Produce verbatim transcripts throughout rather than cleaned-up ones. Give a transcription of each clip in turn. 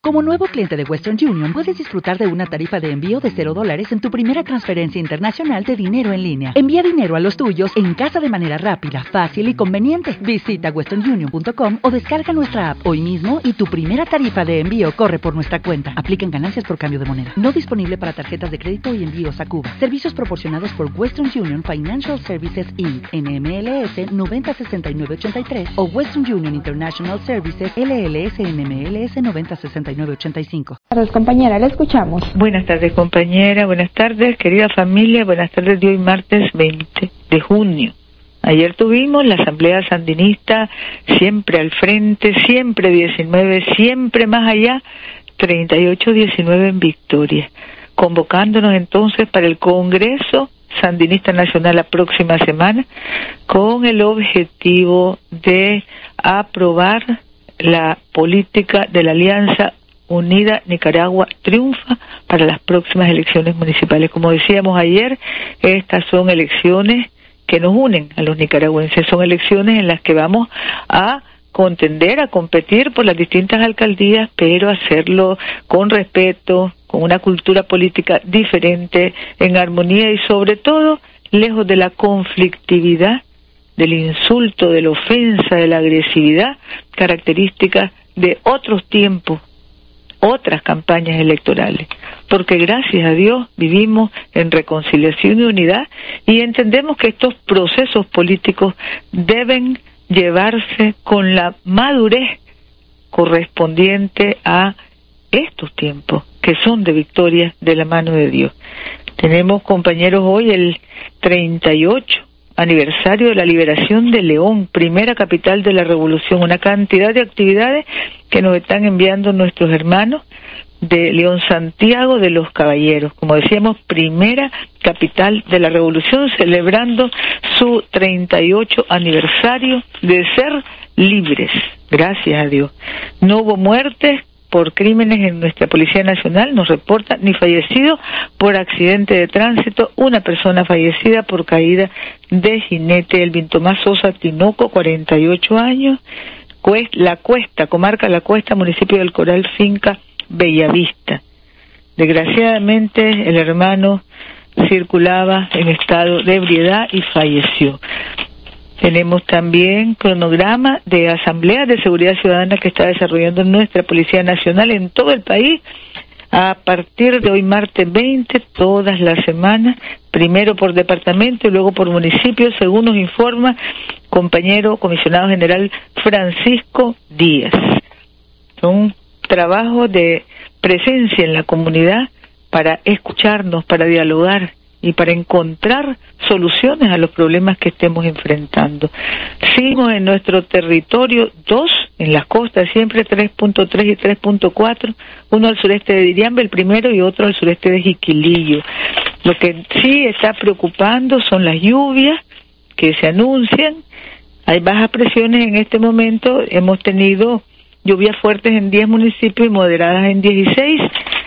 Como nuevo cliente de Western Union, puedes disfrutar de una tarifa de envío de cero dólares en tu primera transferencia internacional de dinero en línea. Envía dinero a los tuyos en casa de manera rápida, fácil y conveniente. Visita western union punto com o descarga nuestra app hoy mismo y tu primera tarifa de envío corre por nuestra cuenta. Aplican ganancias por cambio de moneda. No disponible para tarjetas de crédito y envíos a Cuba. Servicios proporcionados por Western Union Financial Services incorporated. N M L S noventa sesenta y nueve ochenta y tres o Western Union International Services L L S N M L S noventa sesenta y nueve ochenta y cinco. Buenas tardes, compañera, la escuchamos. Buenas tardes, compañera, buenas tardes, querida familia, buenas tardes de hoy, martes veinte de junio. Ayer tuvimos la Asamblea Sandinista, siempre al frente, siempre diecinueve, siempre más allá, treinta y ocho diecinueve en victoria, convocándonos entonces para el Congreso Sandinista Nacional la próxima semana, con el objetivo de aprobar la política de la Alianza Unida Nicaragua Triunfa para las próximas elecciones municipales. Como decíamos ayer, estas son elecciones que nos unen a los nicaragüenses, son elecciones en las que vamos a contender, a competir por las distintas alcaldías, pero hacerlo con respeto, con una cultura política diferente, en armonía y sobre todo lejos de la conflictividad, del insulto, de la ofensa, de la agresividad, características de otros tiempos, otras campañas electorales, porque gracias a Dios vivimos en reconciliación y unidad y entendemos que estos procesos políticos deben llevarse con la madurez correspondiente a estos tiempos que son de victoria de la mano de Dios. Tenemos, compañeros, hoy el treinta y ocho aniversario de la liberación de León, primera capital de la revolución, una cantidad de actividades que nos están enviando nuestros hermanos de León Santiago de los Caballeros, como decíamos, primera capital de la revolución, celebrando su treinta y ocho aniversario de ser libres, gracias a Dios. No hubo muertes por crímenes en nuestra Policía Nacional, nos reporta, ni fallecido por accidente de tránsito, una persona fallecida por caída de jinete. Elvin Tomás Sosa Tinoco, cuarenta y ocho años, La Cuesta, comarca La Cuesta, municipio del Coral, finca Bellavista. Desgraciadamente el hermano circulaba en estado de ebriedad y falleció. Tenemos también cronograma de asambleas de seguridad ciudadana que está desarrollando nuestra Policía Nacional en todo el país a partir de hoy martes veinte, todas las semanas, primero por departamento y luego por municipio, según nos informa compañero comisionado general Francisco Díaz. Son trabajos de presencia en la comunidad para escucharnos, para dialogar y para encontrar soluciones a los problemas que estemos enfrentando. Seguimos en nuestro territorio dos, en las costas, siempre tres punto tres y tres punto cuatro, uno al sureste de Diriambe, el primero, y otro al sureste de Jiquilillo. Lo que sí está preocupando son las lluvias que se anuncian. Hay bajas presiones en este momento, hemos tenido lluvias fuertes en diez municipios y moderadas en dieciséis.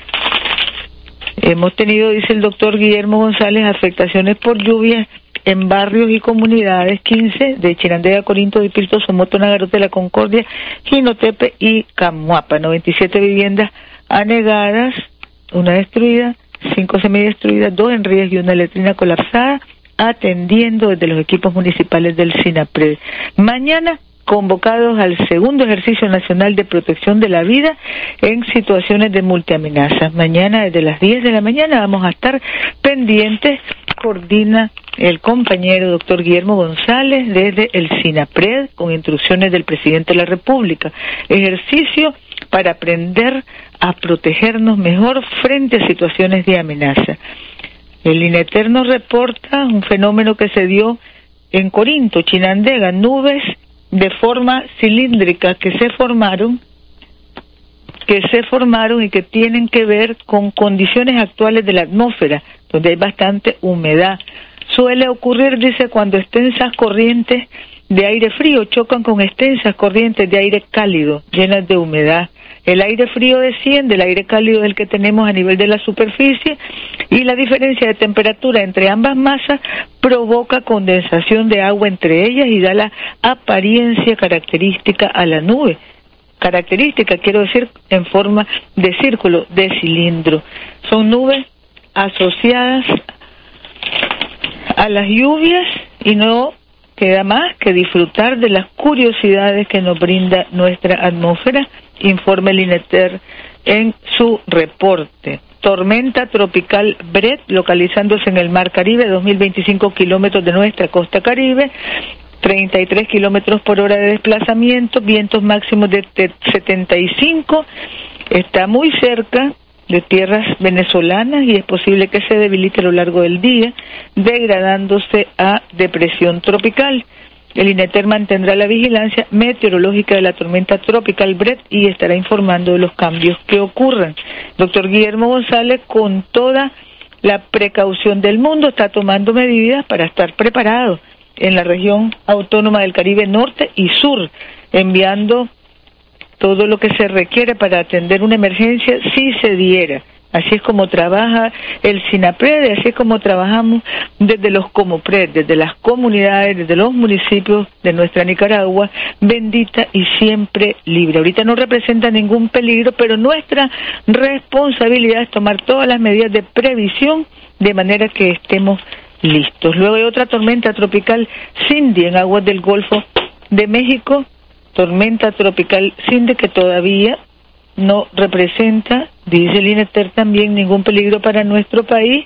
Hemos tenido, dice el doctor Guillermo González, afectaciones por lluvias en barrios y comunidades quince de Chinandega, Corinto, Dipilto, Somoto, Nagarote, La Concordia, Jinotepe y Camuapa. noventa y siete viviendas anegadas, una destruida, cinco semidestruidas, dos en ríos y una letrina colapsada, atendiendo desde los equipos municipales del SINAPRED. Mañana, convocados al segundo ejercicio nacional de protección de la vida en situaciones de multiamenazas. Mañana desde las diez de la mañana vamos a estar pendientes, coordina el compañero doctor Guillermo González desde el SINAPRED con instrucciones del presidente de la República. Ejercicio para aprender a protegernos mejor frente a situaciones de amenaza. El INETER nos reporta un fenómeno que se dio en Corinto, Chinandega, nubes de forma cilíndrica que se formaron, que se formaron y que tienen que ver con condiciones actuales de la atmósfera, donde hay bastante humedad. Suele ocurrir, dice, cuando extensas corrientes de aire frío chocan con extensas corrientes de aire cálido, llenas de humedad. El aire frío desciende, el aire cálido es el que tenemos a nivel de la superficie, y la diferencia de temperatura entre ambas masas provoca condensación de agua entre ellas y da la apariencia característica a la nube. característica, quiero decir, en forma de círculo, de cilindro. Son nubes asociadas a las lluvias y no queda más que disfrutar de las curiosidades que nos brinda nuestra atmósfera, informa el INETER en su reporte. Tormenta tropical Brett, localizándose en el Mar Caribe, dos mil veinticinco kilómetros de nuestra costa caribe, treinta y tres kilómetros por hora de desplazamiento, vientos máximos de setenta y cinco, está muy cerca de tierras venezolanas y es posible que se debilite a lo largo del día, degradándose a depresión tropical. El INETER mantendrá la vigilancia meteorológica de la tormenta tropical Brett y estará informando de los cambios que ocurran. Doctor Guillermo González, con toda la precaución del mundo, está tomando medidas para estar preparado en la región autónoma del Caribe Norte y Sur, enviando todo lo que se requiere para atender una emergencia si se diera. Así es como trabaja el SINAPRED, así es como trabajamos desde los COMOPRED, desde las comunidades, desde los municipios de nuestra Nicaragua, bendita y siempre libre. Ahorita no representa ningún peligro, pero nuestra responsabilidad es tomar todas las medidas de previsión de manera que estemos listos. Luego hay otra tormenta tropical Cindy en aguas del Golfo de México, tormenta tropical Cindy que todavía no representa, dice el INETER también, ningún peligro para nuestro país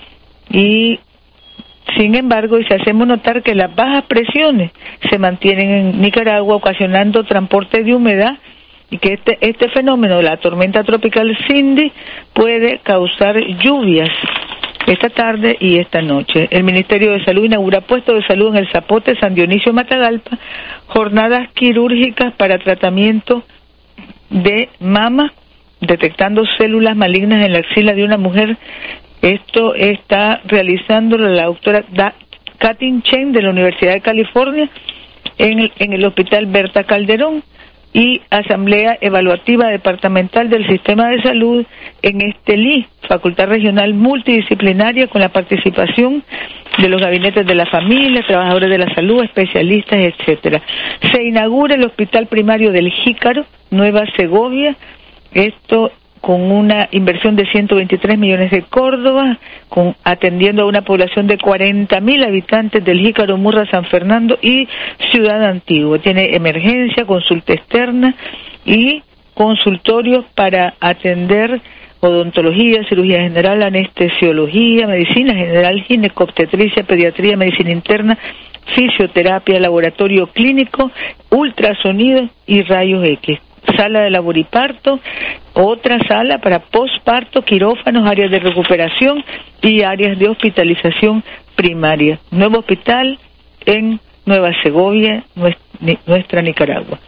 y sin embargo, y se hacemos notar que las bajas presiones se mantienen en Nicaragua ocasionando transporte de humedad y que este, este fenómeno, la tormenta tropical Cindy, puede causar lluvias esta tarde y esta noche. El Ministerio de Salud inaugura puestos de salud en el Zapote, San Dionisio, Matagalpa, jornadas quirúrgicas para tratamiento de mama, detectando células malignas en la axila de una mujer. Esto está realizando la doctora Katin Chen de la Universidad de California en el, en el Hospital Berta Calderón, y Asamblea Evaluativa Departamental del Sistema de Salud en Estelí, Facultad Regional Multidisciplinaria, con la participación de los gabinetes de la familia, trabajadores de la salud, especialistas, etcétera. Se inaugura el Hospital Primario del Jícaro, Nueva Segovia, esto con una inversión de ciento veintitrés millones de Córdoba, con, atendiendo a una población de cuarenta mil habitantes del Jícaro, Murra, San Fernando y Ciudad Antigua. Tiene emergencia, consulta externa y consultorios para atender odontología, cirugía general, anestesiología, medicina general, ginecobstetricia, pediatría, medicina interna, fisioterapia, laboratorio clínico, ultrasonido y rayos X. Sala de labor y parto, otra sala para posparto, quirófanos, áreas de recuperación y áreas de hospitalización primaria. Nuevo hospital en Nueva Segovia, nuestra Nicaragua.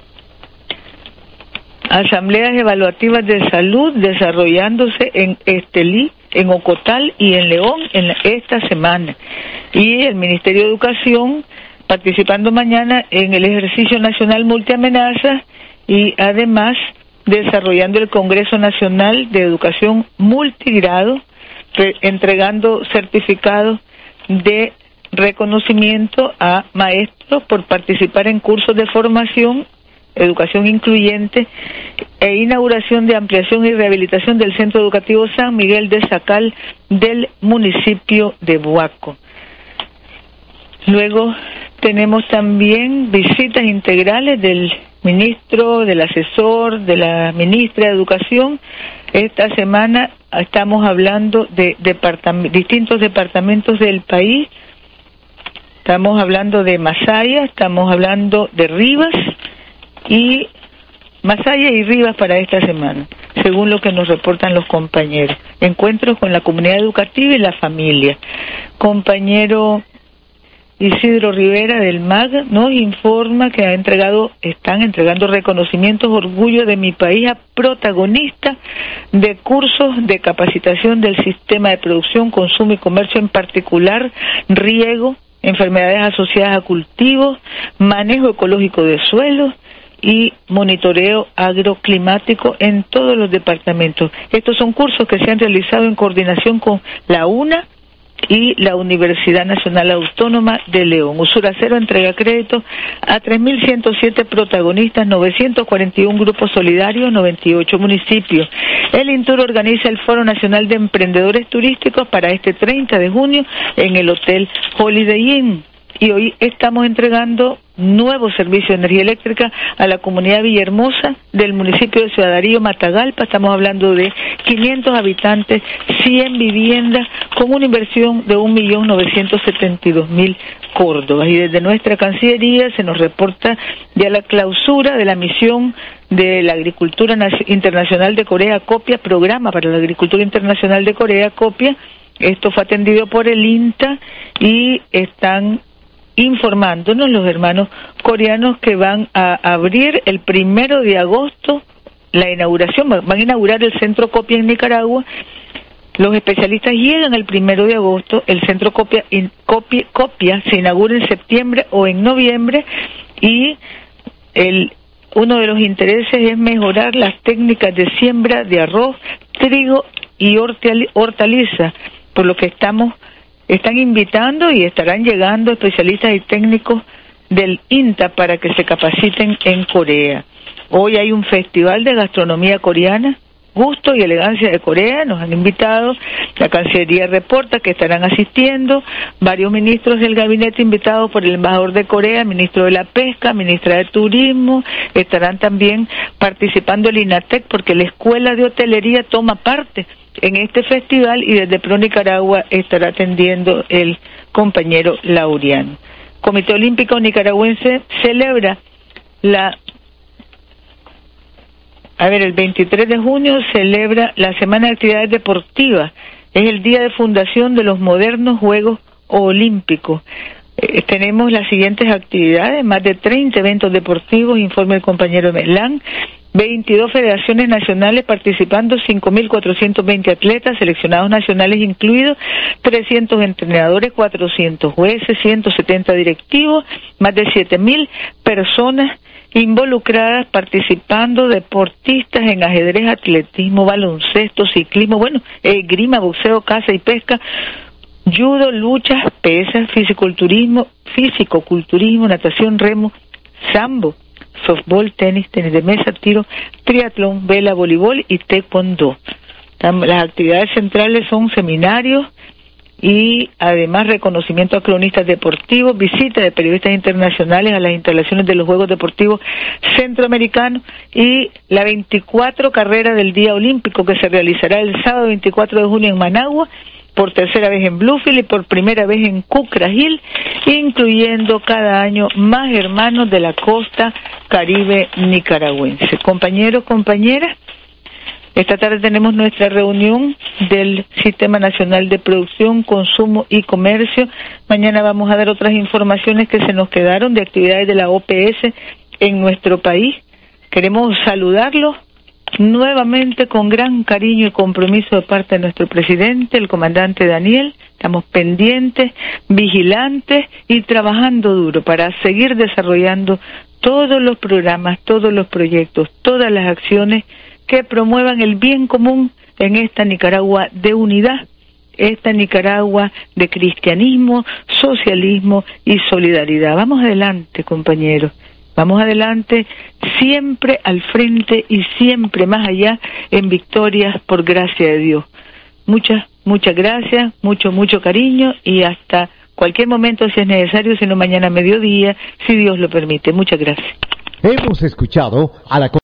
Asambleas evaluativas de salud desarrollándose en Estelí, en Ocotal y en León en la, esta semana. Y el Ministerio de Educación participando mañana en el ejercicio nacional multiamenazas y además desarrollando el Congreso Nacional de Educación Multigrado, re, entregando certificados de reconocimiento a maestros por participar en cursos de formación, educación incluyente e inauguración de ampliación y rehabilitación del Centro Educativo San Miguel de Zacal del municipio de Buaco. Luego tenemos también visitas integrales del ministro, del asesor, de la ministra de Educación. Esta semana estamos hablando de departament- distintos departamentos del país. Estamos hablando de Masaya, estamos hablando de Rivas y Masaya y Rivas para esta semana, según lo que nos reportan los compañeros. Encuentros con la comunidad educativa y la familia. Compañero Isidro Rivera del M A G nos informa que ha entregado, están entregando reconocimientos Orgullo de mi País a protagonistas de cursos de capacitación del sistema de producción, consumo y comercio, en particular riego, enfermedades asociadas a cultivos, manejo ecológico de suelos y monitoreo agroclimático en todos los departamentos. Estos son cursos que se han realizado en coordinación con la UNA, y la Universidad Nacional Autónoma de León. Usuracero entrega créditos a tres mil ciento siete protagonistas, novecientos cuarenta y uno grupos solidarios, noventa y ocho municipios. El Intur organiza el Foro Nacional de Emprendedores Turísticos para este treinta de junio en el Hotel Holiday Inn. Y hoy estamos entregando nuevo servicio de energía eléctrica a la comunidad Villahermosa del municipio de Ciudad Darío, Matagalpa. Estamos hablando de quinientos habitantes, cien viviendas, con una inversión de un millón novecientos setenta y dos mil córdobas. Y desde nuestra Cancillería se nos reporta ya la clausura de la misión de la Agricultura Internacional de Corea, COPIA, Programa para la Agricultura Internacional de Corea, COPIA. Esto fue atendido por el INTA y están informándonos los hermanos coreanos que van a abrir el primero de agosto la inauguración, van a inaugurar el Centro Copia en Nicaragua. Los especialistas llegan el primero de agosto, el Centro Copia, Copia, Copia se inaugura en septiembre o en noviembre y el uno de los intereses es mejorar las técnicas de siembra de arroz, trigo y hortalizas, por lo que estamos Están invitando y estarán llegando especialistas y técnicos del INTA para que se capaciten en Corea. Hoy hay un festival de gastronomía coreana, Gusto y Elegancia de Corea, nos han invitado, la Cancillería reporta que estarán asistiendo varios ministros del gabinete invitados por el embajador de Corea, ministro de la Pesca, ministra de Turismo, estarán también participando el INATEC porque la Escuela de Hotelería toma parte en este festival y desde Pro Nicaragua estará atendiendo el compañero Laureano. Comité Olímpico Nicaragüense celebra la, a ver, el veintitrés de junio celebra la Semana de Actividades Deportivas, es el día de fundación de los modernos Juegos Olímpicos. Eh, tenemos las siguientes actividades, más de treinta eventos deportivos, informa el compañero Melán, veintidós federaciones nacionales participando, cinco mil cuatrocientos veinte atletas, seleccionados nacionales incluidos, trescientos entrenadores, cuatrocientos jueces, ciento setenta directivos, más de siete mil personas involucradas participando, deportistas en ajedrez, atletismo, baloncesto, ciclismo, bueno, esgrima, boxeo, caza y pesca, judo, luchas, pesas, fisiculturismo, fisicoculturismo, natación, remo, sambo, softball, tenis, tenis de mesa, tiro, triatlón, vela, voleibol y taekwondo. Las actividades centrales son seminarios y además reconocimiento a cronistas deportivos, visita de periodistas internacionales a las instalaciones de los Juegos Deportivos Centroamericanos y la veinticuatro carrera del Día Olímpico que se realizará el sábado veinticuatro de junio en Managua, por tercera vez en Bluefield y por primera vez en Cucragil, incluyendo cada año más hermanos de la costa caribe nicaragüense. Compañeros, compañeras, esta tarde tenemos nuestra reunión del Sistema Nacional de Producción, Consumo y Comercio. Mañana vamos a dar otras informaciones que se nos quedaron de actividades de la O P S en nuestro país. Queremos saludarlos nuevamente con gran cariño y compromiso de parte de nuestro presidente, el comandante Daniel. Estamos pendientes, vigilantes y trabajando duro para seguir desarrollando todos los programas, todos los proyectos, todas las acciones que promuevan el bien común en esta Nicaragua de unidad, esta Nicaragua de cristianismo, socialismo y solidaridad. Vamos adelante, compañeros. Vamos adelante, siempre al frente y siempre más allá en victorias por gracia de Dios. Muchas, muchas gracias, mucho, mucho cariño y hasta cualquier momento si es necesario, sino mañana a mediodía, si Dios lo permite. Muchas gracias. Hemos escuchado a la